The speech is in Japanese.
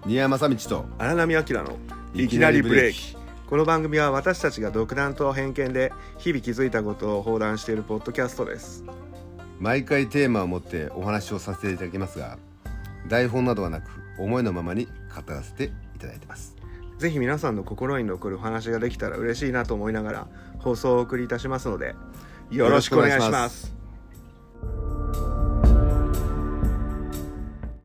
新山正道と荒波明のいきなりブレーキ。この番組は私たちが独断と偏見で日々気づいたことを放談しているポッドキャストです。 毎回テーマを持ってお話をさせていただきますが、台本などはなく思いのままに語らせていただいてます。 ぜひ皆さんの心に残るお話ができたら嬉しいなと思いながら放送をお送りいたしますのでよろしくお願いします。